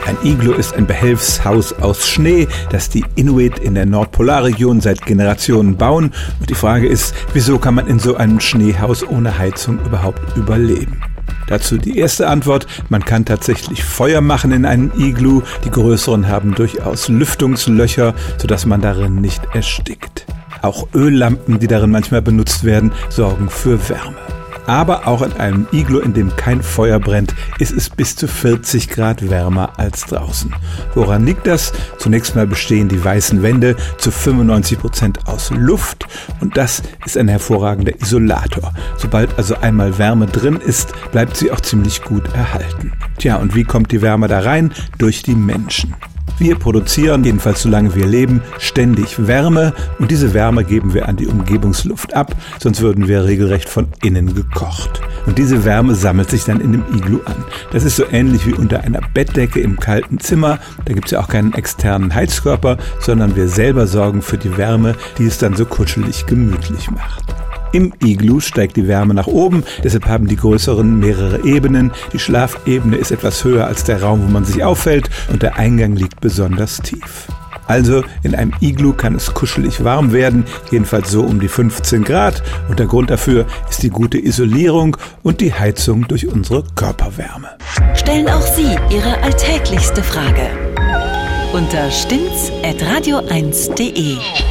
Ein Iglu ist ein Behelfshaus aus Schnee, das die Inuit in der Nordpolarregion seit Generationen bauen. Und die Frage ist, wieso kann man in so einem Schneehaus ohne Heizung überhaupt überleben? Dazu die erste Antwort: Man kann tatsächlich Feuer machen in einem Iglu. Die größeren haben durchaus Lüftungslöcher, sodass man darin nicht erstickt. Auch Öllampen, die darin manchmal benutzt werden, sorgen für Wärme. Aber auch in einem Iglu, in dem kein Feuer brennt, ist es bis zu 40 Grad wärmer als draußen. Woran liegt das? Zunächst mal bestehen die weißen Wände zu 95% aus Luft und das ist ein hervorragender Isolator. Sobald also einmal Wärme drin ist, bleibt sie auch ziemlich gut erhalten. Tja, und wie kommt die Wärme da rein? Durch die Menschen. Wir produzieren, jedenfalls solange wir leben, ständig Wärme und diese Wärme geben wir an die Umgebungsluft ab, sonst würden wir regelrecht von innen gekocht. Und diese Wärme sammelt sich dann in dem Iglu an. Das ist so ähnlich wie unter einer Bettdecke im kalten Zimmer. Da gibt es ja auch keinen externen Heizkörper, sondern wir selber sorgen für die Wärme, die es dann so kuschelig gemütlich macht. Im Iglu steigt die Wärme nach oben, deshalb haben die größeren mehrere Ebenen. Die Schlafebene ist etwas höher als der Raum, wo man sich aufhält und der Eingang liegt besonders tief. Also in einem Iglu kann es kuschelig warm werden, jedenfalls so um die 15 Grad. Und der Grund dafür ist die gute Isolierung und die Heizung durch unsere Körperwärme. Stellen auch Sie Ihre alltäglichste Frage unter stimmt's@radio1.de.